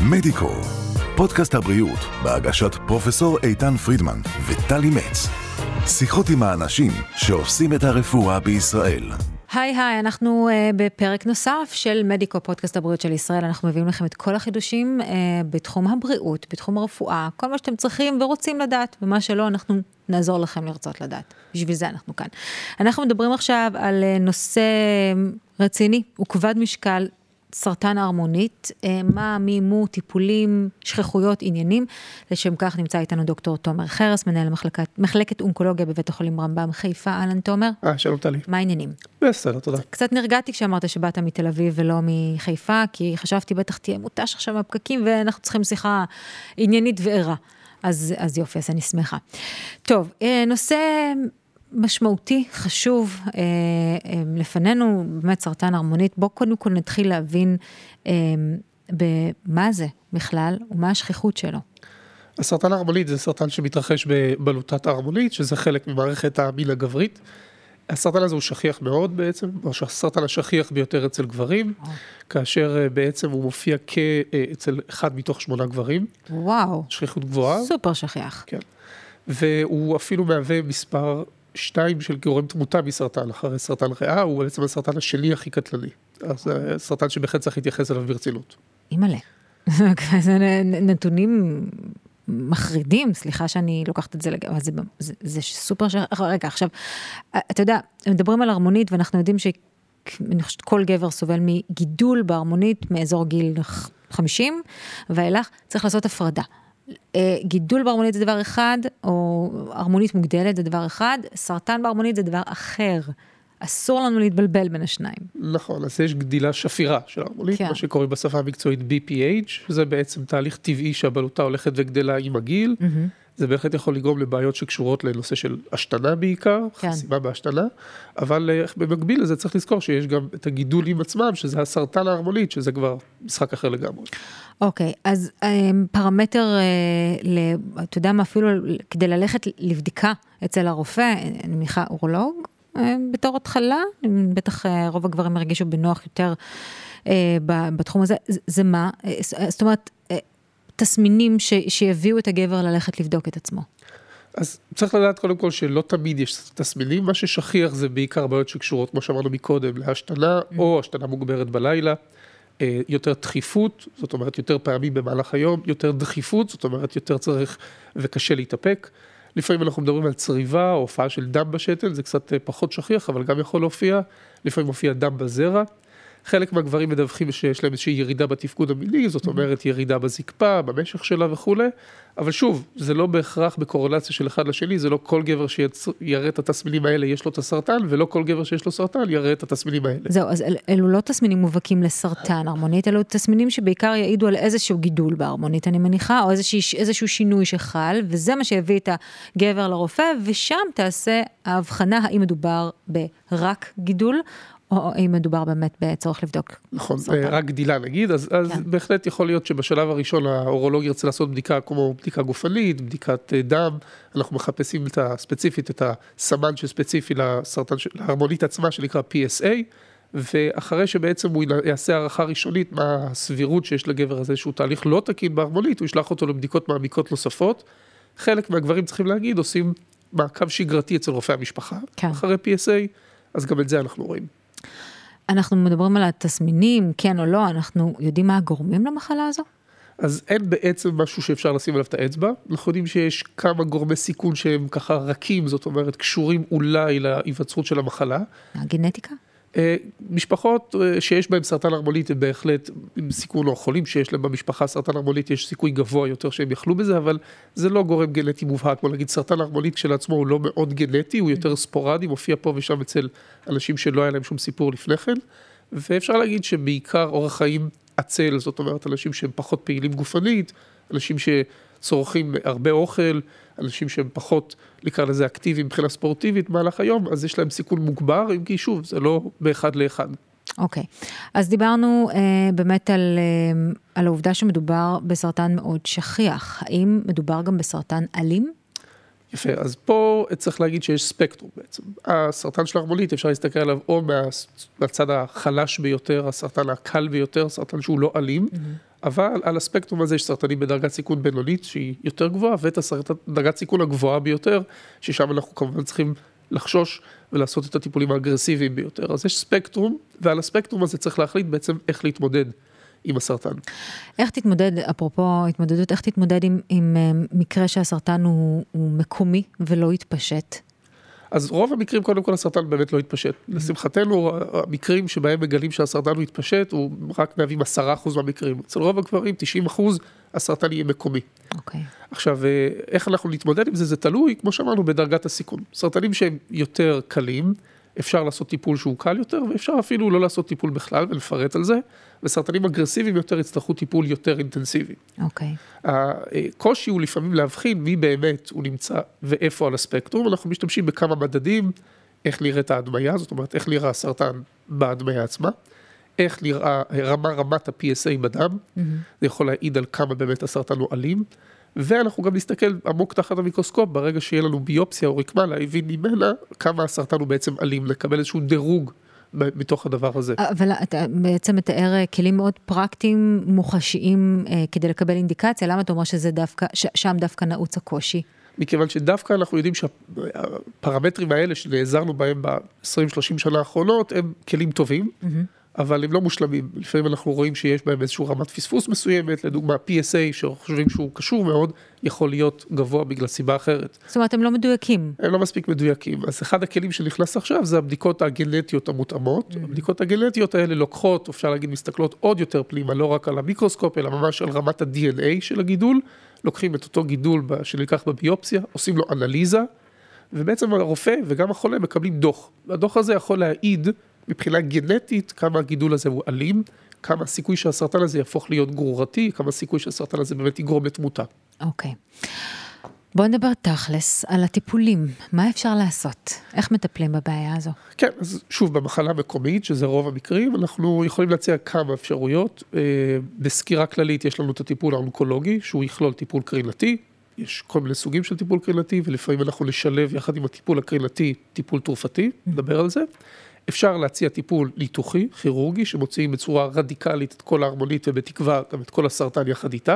מדיקו, פודקאסט הבריאות בהגשת פרופסור איתן פרידמן וטלי מצ. שיחות עם האנשים שעושים את הרפואה בישראל. היי, אנחנו בפרק נוסף של מדיקו, פודקאסט הבריאות של ישראל. אנחנו מביאים לכם את כל החידושים בתחום הבריאות, בתחום הרפואה, כל מה שאתם צריכים ורוצים לדעת, ומה שלא, אנחנו נעזור לכם לרצות לדעת. בשביל זה אנחנו כאן. אנחנו מדברים עכשיו על נושא רציני, וכבד משקל, סרטן ההרמונית, מה, מי, מו, טיפולים, שכחויות, עניינים. לשם כך נמצא איתנו דוקטור תומר חרס, מנהל מחלקת אונקולוגיה בבית החולים רמב"ם חיפה. אהלן תומר. שלום טלי. מה העניינים? בסדר, תודה. קצת נרגעתי כשאמרת שבאת מתל אביב ולא מחיפה, כי חשבתי בטח תהיה מוטש עכשיו מהפקקים, ואנחנו צריכים שיחה עניינית וערה. אז יופי, אז אני שמחה. טוב, נושא משמעותי, חשוב, לפנינו באמת סרטן הרמונית. בואו קודם כל נתחיל להבין במה זה בכלל ומה השכיחות שלו. הסרטן ההרמונית זה סרטן שמתרחש בבלוטת ההרמונית, שזה חלק ממערכת המין הגברית. הסרטן הזה הוא שכיח מאוד בעצם, הסרטן השכיח ביותר אצל גברים, כאשר בעצם הוא מופיע אצל 1 מתוך 8 גברים. וואו. שכיחות גבוהה. סופר שכיח. כן. והוא אפילו מהווה מספר 2 של גורם תמותה מסרטן, אחרי סרטן ריאה, הוא בעצם הסרטן השני הכי קטלני. אז זה סרטן שבכלל צריך להתייחס אליו ברצינות. אימא'לה. זה נתונים מחרידים, סליחה שאני לוקחת את זה, אבל זה סופר רגע, עכשיו, אתה יודע, מדברים על הרמונית, ואנחנו יודעים שכל גבר סובל מגידול בהרמונית, מאזור גיל 50, ואילך צריך לעשות הפרדה. גידול בהרמונית זה דבר אחד, או הרמונית מוגדלת זה דבר אחד, סרטן בהרמונית זה דבר אחר. אסור לנו להתבלבל בין השניים. נכון, אז יש גדילה שפירה של ההרמונית, כן. מה שקוראים בשפה המקצועית BPH, זה בעצם תהליך טבעי שהבלוטה הולכת וגדלה עם הגיל, זה בהחלט יכול לגרום לבעיות שקשורות לנושא של השתנה בעיקר, כן. חסימה בהשתנה, אבל במקביל לזה צריך לזכור שיש גם את הגידולים עצמם, שזה הסרטן ההרמונית, שזה כבר משחק אחר לגמרי. אוקיי, אז פרמטר, אתה יודע מה, אפילו כדי ללכת לבדיקה אצל הרופא, אני מניחה אורולוג, בתור התחלה, בטח רוב הגברים הרגישו בנוח יותר בתחום הזה, זה מה? זאת אומרת, תסמינים שיביאו את הגבר ללכת לבדוק את עצמו. אז צריך לדעת קודם כל שלא תמיד יש תסמינים, מה ששכיח זה בעיקר בעיות שקשורות, כמו שאמרנו מקודם, להשתנה או השתנה מוגברת בלילה, יותר דחיפות, זאת אומרת יותר פעמים במהלך היום, יותר דחיפות, זאת אומרת יותר צריך וקשה להתאפק. לפעמים אנחנו מדברים על צריבה או הופעה של דם בשתל, זה קצת פחות שכיח, אבל גם יכול להופיע, לפעמים מופיע דם בזרע. חלק מהגברים מדווחים שיש להם איזושהי ירידה בתפקוד המיני, זאת אומרת ירידה בזקפה, במשך שלה וכו'. אבל שוב, זה לא בהכרח בקורלציה של אחד לשני, זה לא כל גבר שיראה את התסמינים האלה יש לו את הסרטן, ולא כל גבר שיש לו סרטן יראה את התסמינים האלה. זהו, אז אלו לא תסמינים מובהקים לסרטן הרמונית, אלו תסמינים שבעיקר יעידו על איזשהו גידול בהרמונית, אני מניחה, או איזשהו שינוי שחל, וזה מה שהביא את הגבר לרופא, ושם תעשה ההבחנה האם מדובר ברק גידול, או אם מדובר באמת בצורך לבדוק. נכון, רק גדילה נגיד, אז בהחלט יכול להיות שבשלב הראשון האורולוג ירצה לעשות בדיקה כמו בדיקה גופנית, בדיקת דם, אנחנו מחפשים ספציפית את הסמן שספציפי לסרטן, להרמונית עצמה שנקרא PSA, ואחרי שבעצם הוא יעשה הערכה ראשונית מה הסבירות שיש לגבר הזה שהוא תהליך לא תקין בהרמונית, הוא ישלח אותו לבדיקות מעמיקות נוספות. חלק מהגברים צריכים להגיד, עושים מעקב שגרתי אצל רופאי המשפחה, אחרי PSA, אז גם את זה אנחנו רואים. אנחנו מדברים על התסמינים, כן או לא, אנחנו יודעים מה הגורמים למחלה הזו? אז אין בעצם משהו שאפשר לשים עליו את האצבע, אנחנו יודעים שיש כמה גורמי סיכון שהם ככה רכים, זאת אומרת קשורים אולי להיווצרות של המחלה. הגנטיקה? משפחות שיש בהם סרטן הרמונית הם בהחלט עם סיכון, או חולים שיש להם במשפחה סרטן הרמונית, יש סיכוי גבוה יותר שהם יחלו בזה, אבל זה לא גורם גנטי מובהק, כמו להגיד סרטן הרמונית כשלעצמו הוא לא מאוד גנטי, הוא יותר ספורדי, מופיע פה ושם אצל אנשים שלא היה להם שום סיפור לפני כן, ואפשר להגיד שבעיקר אורח חיים עצל, זאת אומרת אנשים שהם פחות פעילים גופנית, אנשים שצורכים הרבה אוכל, אנשים שהם פחות, לקרוא לזה אקטיביים מבחינה ספורטיבית במהלך היום, אז יש להם סיכון מוגבר, אם כי שוב, זה לא באחד לאחד. אוקיי, אז דיברנו באמת על העובדה שמדובר בסרטן מאוד שכיח. האם מדובר גם בסרטן אלים? יפה, אז פה צריך להגיד שיש ספקטרום בעצם. הסרטן של ההרמונית אפשר להסתכל עליו או מהצד החלש ביותר, הסרטן הקל ביותר, סרטן שהוא לא אלים, אבל על הספקטרום הזה יש סרטנים בדרגת סיכון בינונית שהיא יותר גבוהה, ואת דרגת סיכון הגבוהה ביותר, ששם אנחנו כמובן צריכים לחשוש ולעשות את הטיפולים האגרסיביים ביותר. אז יש ספקטרום, ועל הספקטרום הזה צריך להחליט בעצם איך להתמודד עם הסרטן. איך תתמודד, אפרופו התמודדות, איך תתמודד עם מקרה שהסרטן הוא מקומי ולא יתפשט? אז רוב המקרים, קודם כל, הסרטן באמת לא יתפשט. לשמחתנו, המקרים שבהם מגלים שהסרטן הוא יתפשט, הוא רק מהווים 10% מהמקרים. אצל רוב הגברים, 90%, הסרטן יהיה מקומי. אוקיי. עכשיו, איך אנחנו נתמודד עם זה? זה תלוי, כמו שאמרנו, בדרגת הסיכון. סרטנים שהם יותר קלים, אפשר לעשות טיפול שהוא קל יותר, ואפשר אפילו לא לעשות טיפול בכלל, ולפרט על זה. וסרטנים אגרסיביים יותר יצטרכו טיפול יותר אינטנסיבי. אוקיי. הקושי הוא לפעמים להבחין מי באמת הוא נמצא ואיפה על הספקטרום. אנחנו משתמשים בכמה מדדים, איך נראית ההדמיה, זאת אומרת, איך נראה הסרטן בהדמיה עצמה, איך נראה רמת ה-PSA בדם, זה יכול להעיד על כמה באמת הסרטן הוא אלים, ואנחנו גם נסתכל עמוק תחת המיקרוסקופ, ברגע שיהיה לנו ביופסיה או רקמה, להבין ממנה כמה הסרטן הוא בעצם אלים, לקבל איזשהו דירוג מתוך הדבר הזה. אבל אתה בעצם מתאר כלים מאוד פרקטיים, מוחשיים, כדי לקבל אינדיקציה, למה אתה אומר שזה דווקא, שם דווקא נעוץ הקושי? מכיוון שדווקא אנחנו יודעים שהפרמטרים האלה שנעזרנו בהם ב-20-30 שנה האחרונות, הם כלים טובים, אבל הם לא מושלמים. לפעמים אנחנו רואים שיש בהם איזשהו רמת פספוס מסוימת, לדוגמה PSA, שחושבים שהוא קשור מאוד, יכול להיות גבוה בגלל סיבה אחרת. זאת אומרת, הם לא מדויקים. הם לא מספיק מדויקים. אז אחד הכלים שנכנס עכשיו, זה הבדיקות הגנטיות המותאמות. הבדיקות הגנטיות האלה לוקחות, אפשר להגיד, מסתכלות עוד יותר פנימה, לא רק על המיקרוסקופ, אלא ממש על רמת ה-DNA של הגידול. לוקחים את אותו גידול שנלקח בביופסיה, עושים לו אנליזה, ובעצם הרופא וגם החולה מקבלים דוח. הדוח הזה יכול להעיד מבחינה גנטית, כמה הגידול הזה הוא אלים, כמה הסיכוי שהסרטן הזה יהפוך להיות גרורתי, כמה הסיכוי שהסרטן הזה באמת יגרום לתמותה. אוקיי. בואו נדבר תכלס על הטיפולים. מה אפשר לעשות? איך מטפלים בבעיה הזו? כן, אז שוב, במחלה מקומית, שזה רוב המקרים, אנחנו יכולים להציע כמה אפשרויות. בסקירה כללית יש לנו את הטיפול האונקולוגי, שהוא יכלול טיפול קרינתי. יש כל מיני סוגים של טיפול קרינתי, ולפעמים אנחנו נשלב יחד עם הטיפול הקרינתי, טיפול תרופתי, נדבר על זה. אפשר להציע טיפול ניתוחי, כירורגי, שמוציאים בצורה רדיקלית את כל ההרמונית, ובתקווה גם את כל הסרטן יחד איתה.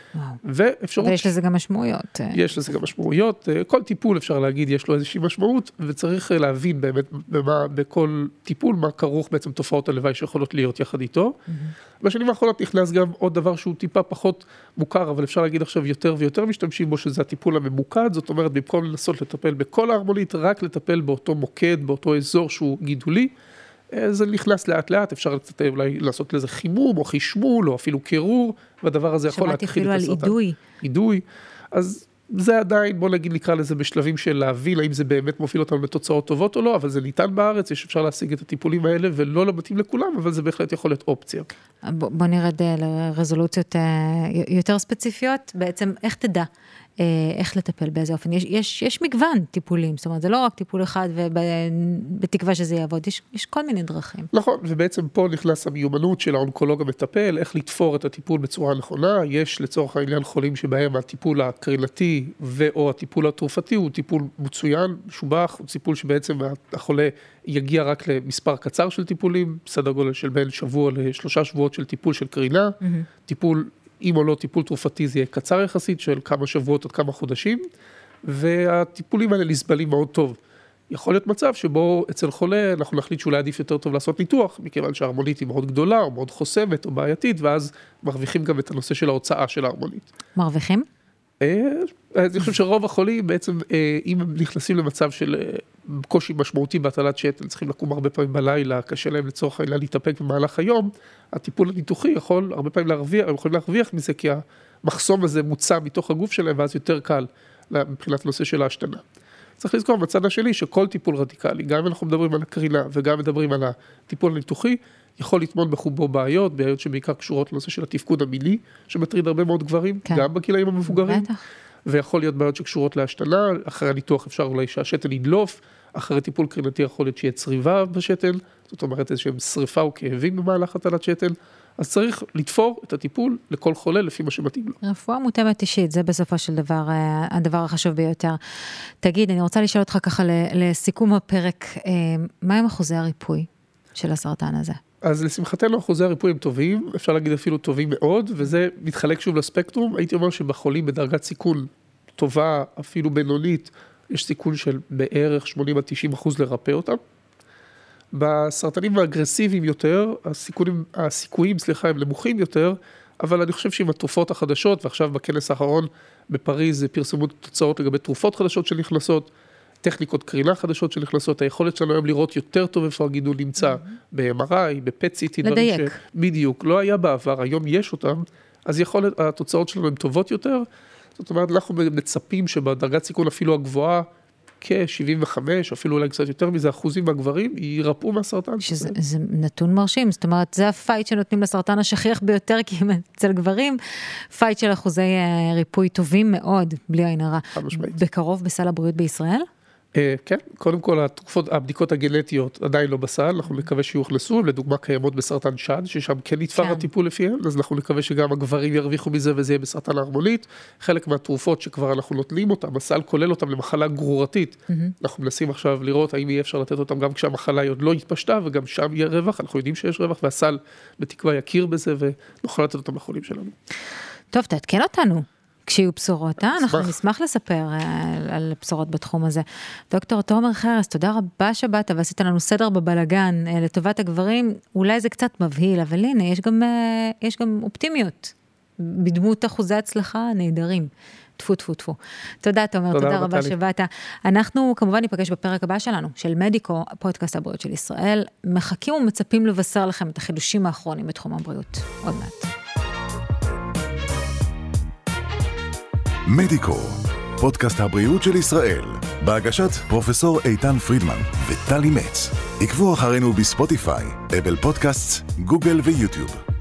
ויש לזה גם משמעויות. יש לזה גם משמעויות. כל טיפול, אפשר להגיד, יש לו איזושהי משמעות, וצריך להבין באמת בכל טיפול, מה כרוך בעצם תופעות הלוואי שיכולות להיות יחד איתו. בשנים האחרונות נכנס גם עוד דבר שהוא טיפה פחות מוכר, אבל אפשר להגיד עכשיו יותר ויותר משתמשים בו, שזה הטיפול הממוקד. זאת אומרת, במקום לנסות לטפל בכל ההרמונית, רק לטפל באותו מוקד, באותו אזור שהוא גידולי. זה נכנס לאט לאט, אפשר אולי לעשות לזה חימום או חישמול או אפילו קירור, והדבר הזה יכול להתחיל את הסרטן. שמעתי אפילו על אידוי. אז זה עדיין, בוא נגיד נקרא לזה בשלבים של להבין, האם זה באמת מוביל אותנו לתוצאות טובות או לא, אבל זה ניתן בארץ, אפשר להשיג את הטיפולים האלה, ולא מתאים לכולם, אבל זה בהחלט יכול להיות אופציה. בוא נרד לרזולוציות יותר ספציפיות, בעצם איך תדע? איך לטפל באיזה אופן. יש מגוון טיפולים, זאת אומרת, זה לא רק טיפול אחד ובתקווה שזה יעבוד, יש כל מיני דרכים. נכון, ובעצם פה נכנס המיומנות של האונקולוג המטפל, איך לתפור את הטיפול בצורה נכונה. יש לצורך העניין חולים שבהם הטיפול הקרינתי או הטיפול התרופתי הוא טיפול מצוין, משובח, הוא טיפול שבעצם החולה יגיע רק למספר קצר של טיפולים, סדר גודל של בין שבוע ל3 שבועות של טיפול של קרינה, טיפול אם או לא טיפול תרופתי זה יהיה קצר יחסית של כמה שבועות עד כמה חודשים, והטיפולים האלה נסבלים מאוד טוב. יכול להיות מצב שבו אצל חולה אנחנו נחליט שאולי עדיף יותר טוב לעשות ניתוח, מכיוון שההרמונית היא מאוד גדולה או מאוד חוסמת או בעייתית, ואז מרוויחים גם את הנושא של ההוצאה של ההרמונית. מרוויחים? אני חושב שרוב החולים בעצם, אם הם נכנסים למצב של קושי משמעותי בהטלת שתן, צריכים לקום הרבה פעמים בלילה, קשה להם לצורך העניין להתאפק במהלך היום, הטיפול הניתוחי יכול הרבה פעמים להרוויח, הם יכולים להרוויח מזה, כי המחסום הזה מוצא מתוך הגוף שלהם, ואז יותר קל מבחינת הנושא של ההשתנה. צריך לזכור בצד השני שכל טיפול רדיקלי, גם אם אנחנו מדברים על הקרינה וגם מדברים על הטיפול הניתוחי, יכול לטמון בחובו בעיות שבעיקר קשורות לנושא של התפקוד המיני, שמטריד הרבה מאוד גברים, כן. גם בגילאים המבוגרים, ויכול להיות בעיות שקשורות להשתנה, אחרי הניתוח אפשר אולי שהשתן ידלוף, אחרי טיפול קרינתי יכול להיות שיהיה צריבה בשתן, זאת אומרת איזושהי שריפה או כאבים במהלך הטלת שתן, אז צריך לתפור את הטיפול לכל חולה לפי מה שמתאים לו. רפואה מותאמת אישית, זה בסופו של דבר הדבר החשוב ביותר. תגיד, אני רוצה לשאול אותך ככה לסיכום הפרק, מה הם אחוזי הריפוי של הסרטן הזה? אז לשמחתנו אחוזי הריפוי הם טובים, אפשר להגיד אפילו טובים מאוד, וזה מתחלק שוב לספקטרום. הייתי אומר שבחולים בדרגת סיכון טובה, אפילו בינונית, יש סיכון של בערך 80-90% לרפא אותם. בסרטנים האגרסיביים יותר, הסיכויים הם נמוכים יותר, אבל אני חושב שעם התרופות החדשות, ועכשיו בכנס האחרון בפריז פרסמו תוצאות לגבי תרופות חדשות שנכנסות, טכניקות קרינה חדשות שנכנסות, היכולת שלנו היום לראות יותר טוב איפה הגידול נמצא, ב-MRI, ב-PET-CT, לדייק. בדיוק, לא היה בעבר, היום יש אותם, אז התוצאות שלנו הן טובות יותר, זאת אומרת, אנחנו מצפים שבדרגת סיכון אפילו הגבוהה, כ-75, אפילו אולי קצת יותר מזה, אחוזים מהגברים, יירפאו מהסרטן. שזה נתון מרשים, זאת אומרת, זה הפייט שנותנים לסרטן השכיח ביותר, כי אצל גברים, פייט של אחוזי ריפוי טובים מאוד, בלי עין הרע. בקרוב בסל הבריאות בישראל? כן, קודם כל הבדיקות הגנטיות עדיין לא בסל, אנחנו נקווה שיוכנסו, לדוגמה קיימות בסרטן שד, ששם כן נתפר הטיפול לפיהם, אז אנחנו נקווה שגם הגברים ירוויחו מזה וזה יהיה בסרטן ההרמונית, חלק מהתרופות שכבר אנחנו נוטלים אותם, הסל כולל אותם למחלה גרורתית, אנחנו מנסים עכשיו לראות האם יהיה אפשר לתת אותם גם כשהמחלה עוד לא התפשטה, וגם שם יהיה רווח, אנחנו יודעים שיש רווח, והסל בתקווה יכיר בזה ונוכל לתת אותם לחולים שלנו. טוב, תעדכן אותנו. כשיהיו בשורות, אנחנו נשמח לספר על בשורות בתחום הזה. דוקטור תומר חרס, תודה רבה שבאת ועשית לנו סדר בבלגן לטובת הגברים, אולי זה קצת מבהיל, אבל הנה, יש גם אופטימיות, בדמות אחוזי הצלחה נהדרים. טפו, טפו, טפו. תודה תומר, תודה רבה שבאת. אנחנו כמובן ניפגש בפרק הבא שלנו, של מדיקו, פודקאסט הבריאות של ישראל, מחכים ומצפים לבשר לכם את החידושים האחרונים בתחום הבריאות. עוד מעט. מדיקו, פודקאסט הבריאות של ישראל, בהגשת פרופסור איתן פרידמן וטלי מצ. עקבו אחרינו בספוטיפיי, אפל פודקאסטס, גוגל ויוטיוב.